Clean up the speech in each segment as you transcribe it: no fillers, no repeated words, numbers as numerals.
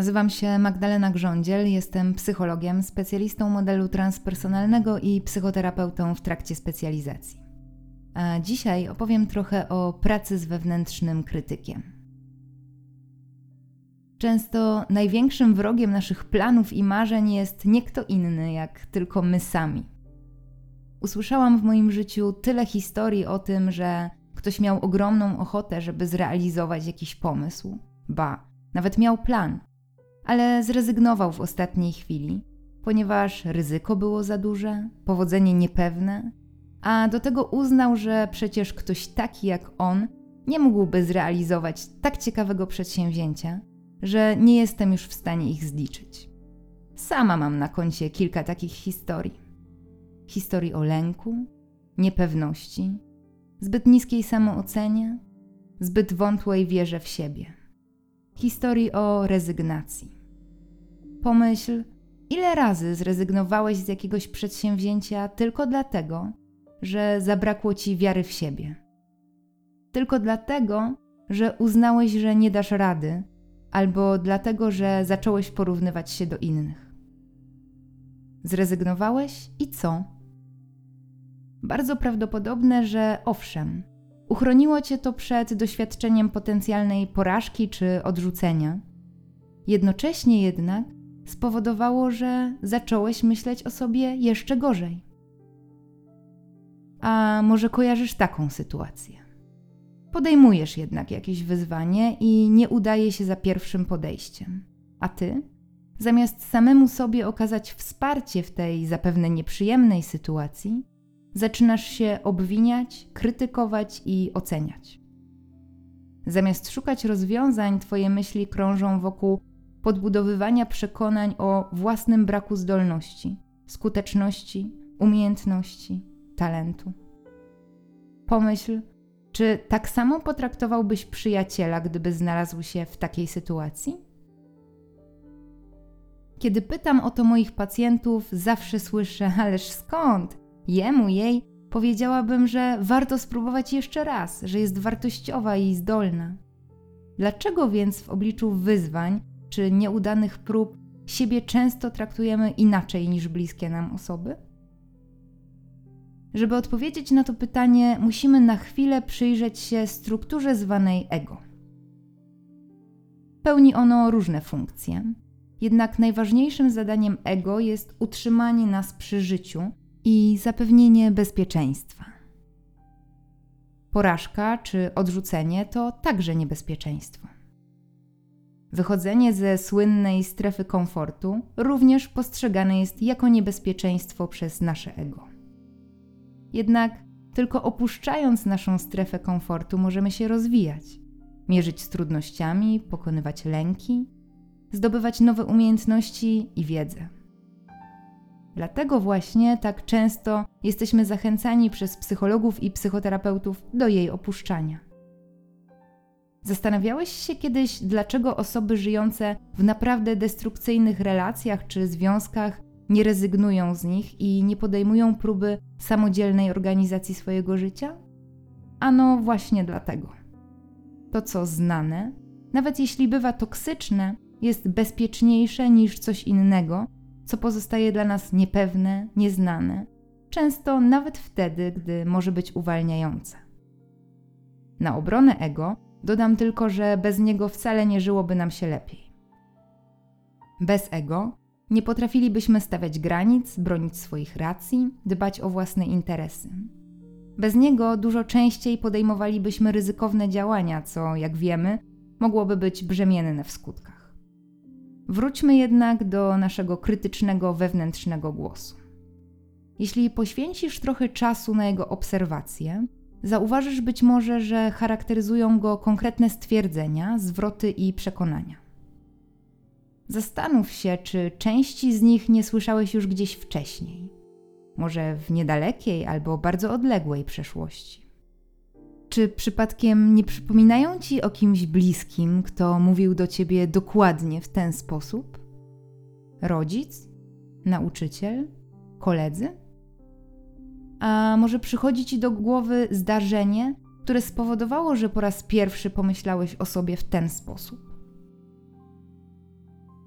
Nazywam się Magdalena Grządziel, jestem psychologiem, specjalistą modelu transpersonalnego i psychoterapeutą w trakcie specjalizacji. A dzisiaj opowiem trochę o pracy z wewnętrznym krytykiem. Często największym wrogiem naszych planów i marzeń jest nie kto inny, jak tylko my sami. Usłyszałam w moim życiu tyle historii o tym, że ktoś miał ogromną ochotę, żeby zrealizować jakiś pomysł, nawet miał plan, ale zrezygnował w ostatniej chwili, ponieważ ryzyko było za duże, powodzenie niepewne, a do tego uznał, że przecież ktoś taki jak on nie mógłby zrealizować tak ciekawego przedsięwzięcia, że nie jestem już w stanie ich zliczyć. Sama mam na koncie kilka takich historii. Historii o lęku, niepewności, zbyt niskiej samoocenie, zbyt wątłej wierze w siebie. Historii o rezygnacji. Pomyśl, ile razy zrezygnowałeś z jakiegoś przedsięwzięcia tylko dlatego, że zabrakło ci wiary w siebie. Tylko dlatego, że uznałeś, że nie dasz rady, albo dlatego, że zacząłeś porównywać się do innych. Zrezygnowałeś i co? Bardzo prawdopodobne, że owszem, uchroniło cię to przed doświadczeniem potencjalnej porażki czy odrzucenia. Jednocześnie jednak spowodowało, że zacząłeś myśleć o sobie jeszcze gorzej. A może kojarzysz taką sytuację? Podejmujesz jednak jakieś wyzwanie i nie udaje się za pierwszym podejściem. A ty, zamiast samemu sobie okazać wsparcie w tej zapewne nieprzyjemnej sytuacji, zaczynasz się obwiniać, krytykować i oceniać. Zamiast szukać rozwiązań, twoje myśli krążą wokół podbudowywania przekonań o własnym braku zdolności, skuteczności, umiejętności, talentu. Pomyśl, czy tak samo potraktowałbyś przyjaciela, gdyby znalazł się w takiej sytuacji? Kiedy pytam o to moich pacjentów, zawsze słyszę, ależ skąd? Jemu, jej, powiedziałabym, że warto spróbować jeszcze raz, że jest wartościowa i zdolna. Dlaczego więc w obliczu wyzwań czy nieudanych prób siebie często traktujemy inaczej niż bliskie nam osoby? Żeby odpowiedzieć na to pytanie, musimy na chwilę przyjrzeć się strukturze zwanej ego. Pełni ono różne funkcje, jednak najważniejszym zadaniem ego jest utrzymanie nas przy życiu i zapewnienie bezpieczeństwa. Porażka czy odrzucenie to także niebezpieczeństwo. Wychodzenie ze słynnej strefy komfortu również postrzegane jest jako niebezpieczeństwo przez nasze ego. Jednak tylko opuszczając naszą strefę komfortu możemy się rozwijać, mierzyć z trudnościami, pokonywać lęki, zdobywać nowe umiejętności i wiedzę. Dlatego właśnie tak często jesteśmy zachęcani przez psychologów i psychoterapeutów do jej opuszczania. Zastanawiałeś się kiedyś, dlaczego osoby żyjące w naprawdę destrukcyjnych relacjach czy związkach nie rezygnują z nich i nie podejmują próby samodzielnej organizacji swojego życia? Ano właśnie dlatego. To, co znane, nawet jeśli bywa toksyczne, jest bezpieczniejsze niż coś innego, co pozostaje dla nas niepewne, nieznane, często nawet wtedy, gdy może być uwalniające. Na obronę ego dodam tylko, że bez niego wcale nie żyłoby nam się lepiej. Bez ego nie potrafilibyśmy stawiać granic, bronić swoich racji, dbać o własne interesy. Bez niego dużo częściej podejmowalibyśmy ryzykowne działania, co, jak wiemy, mogłoby być brzemienne w skutkach. Wróćmy jednak do naszego krytycznego wewnętrznego głosu. Jeśli poświęcisz trochę czasu na jego obserwację, zauważysz być może, że charakteryzują go konkretne stwierdzenia, zwroty i przekonania. Zastanów się, czy części z nich nie słyszałeś już gdzieś wcześniej, może w niedalekiej albo bardzo odległej przeszłości. Czy przypadkiem nie przypominają ci o kimś bliskim, kto mówił do ciebie dokładnie w ten sposób? Rodzic? Nauczyciel? Koledzy? A może przychodzi ci do głowy zdarzenie, które spowodowało, że po raz pierwszy pomyślałeś o sobie w ten sposób?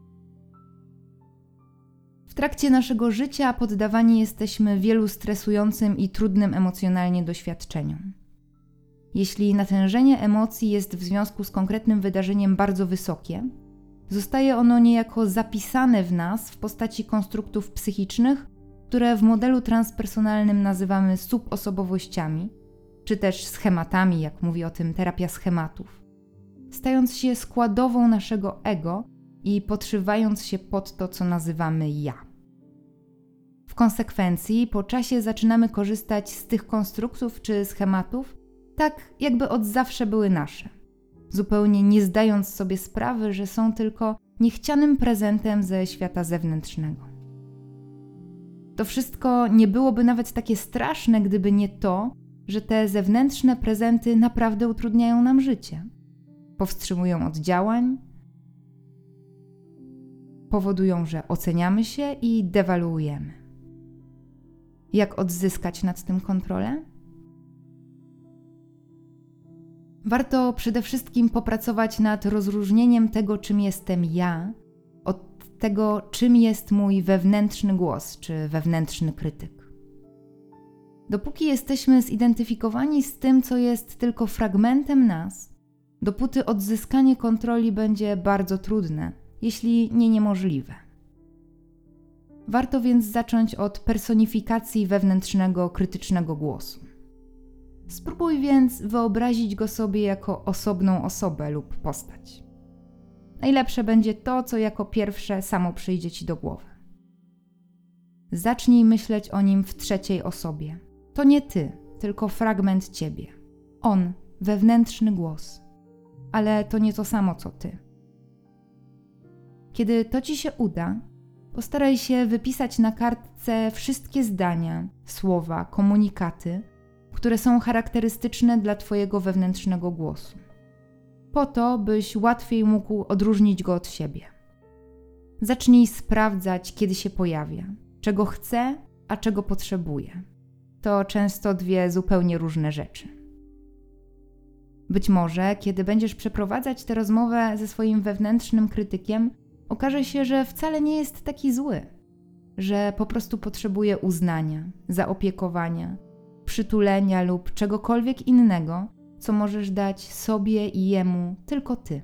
trakcie naszego życia poddawani jesteśmy wielu stresującym i trudnym emocjonalnie doświadczeniom. Jeśli natężenie emocji jest w związku z konkretnym wydarzeniem bardzo wysokie, zostaje ono niejako zapisane w nas w postaci konstruktów psychicznych, które w modelu transpersonalnym nazywamy subosobowościami, czy też schematami, jak mówi o tym terapia schematów, stając się składową naszego ego i podszywając się pod to, co nazywamy ja. W konsekwencji po czasie zaczynamy korzystać z tych konstruktów czy schematów tak, jakby od zawsze były nasze, zupełnie nie zdając sobie sprawy, że są tylko niechcianym prezentem ze świata zewnętrznego. To wszystko nie byłoby nawet takie straszne, gdyby nie to, że te zewnętrzne prezenty naprawdę utrudniają nam życie. Powstrzymują od działań, powodują, że oceniamy się i dewaluujemy. Jak odzyskać nad tym kontrolę? Warto przede wszystkim popracować nad rozróżnieniem tego, czym jestem ja, od tego, czym jest mój wewnętrzny głos czy wewnętrzny krytyk. Dopóki jesteśmy zidentyfikowani z tym, co jest tylko fragmentem nas, dopóty odzyskanie kontroli będzie bardzo trudne, jeśli nie niemożliwe. Warto więc zacząć od personifikacji wewnętrznego, krytycznego głosu. Spróbuj więc wyobrazić go sobie jako osobną osobę lub postać. Najlepsze będzie to, co jako pierwsze samo przyjdzie Ci do głowy. Zacznij myśleć o nim w trzeciej osobie. To nie Ty, tylko fragment Ciebie. On, wewnętrzny głos. Ale to nie to samo, co Ty. Kiedy to Ci się uda, postaraj się wypisać na kartce wszystkie zdania, słowa, komunikaty, które są charakterystyczne dla Twojego wewnętrznego głosu. Po to, byś łatwiej mógł odróżnić go od siebie. Zacznij sprawdzać, kiedy się pojawia, czego chce, a czego potrzebuje. To często dwie zupełnie różne rzeczy. Być może, kiedy będziesz przeprowadzać tę rozmowę ze swoim wewnętrznym krytykiem, okaże się, że wcale nie jest taki zły, że po prostu potrzebuje uznania, zaopiekowania, przytulenia lub czegokolwiek innego, co możesz dać sobie i jemu tylko Ty.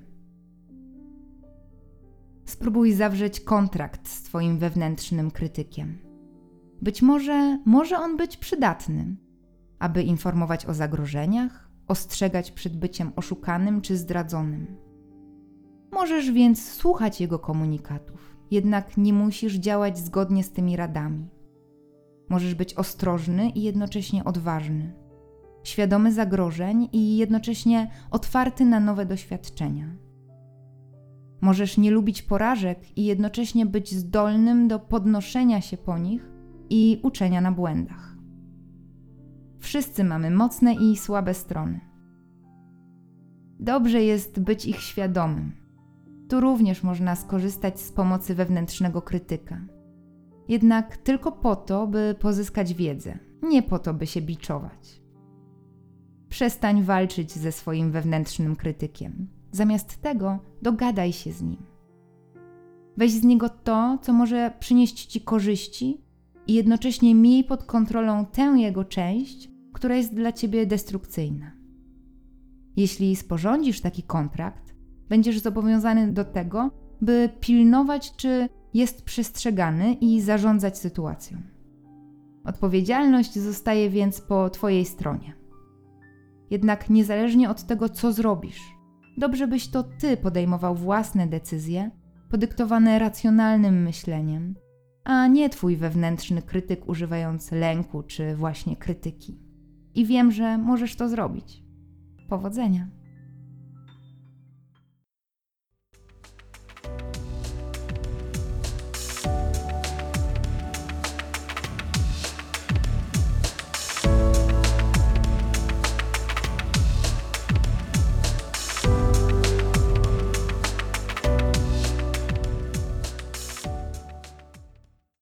Spróbuj zawrzeć kontrakt z Twoim wewnętrznym krytykiem. Być może on być przydatny, aby informować o zagrożeniach, ostrzegać przed byciem oszukanym czy zdradzonym. Możesz więc słuchać jego komunikatów, jednak nie musisz działać zgodnie z tymi radami. Możesz być ostrożny i jednocześnie odważny, świadomy zagrożeń i jednocześnie otwarty na nowe doświadczenia. Możesz nie lubić porażek i jednocześnie być zdolnym do podnoszenia się po nich i uczenia na błędach. Wszyscy mamy mocne i słabe strony. Dobrze jest być ich świadomym. Tu również można skorzystać z pomocy wewnętrznego krytyka. Jednak tylko po to, by pozyskać wiedzę, nie po to, by się biczować. Przestań walczyć ze swoim wewnętrznym krytykiem. Zamiast tego dogadaj się z nim. Weź z niego to, co może przynieść Ci korzyści i jednocześnie miej pod kontrolą tę jego część, która jest dla Ciebie destrukcyjna. Jeśli sporządzisz taki kontrakt, będziesz zobowiązany do tego, by pilnować, czy jest przestrzegany i zarządzać sytuacją. Odpowiedzialność zostaje więc po Twojej stronie. Jednak niezależnie od tego, co zrobisz, dobrze byś to Ty podejmował własne decyzje, podyktowane racjonalnym myśleniem, a nie Twój wewnętrzny krytyk używając lęku czy właśnie krytyki. I wiem, że możesz to zrobić. Powodzenia!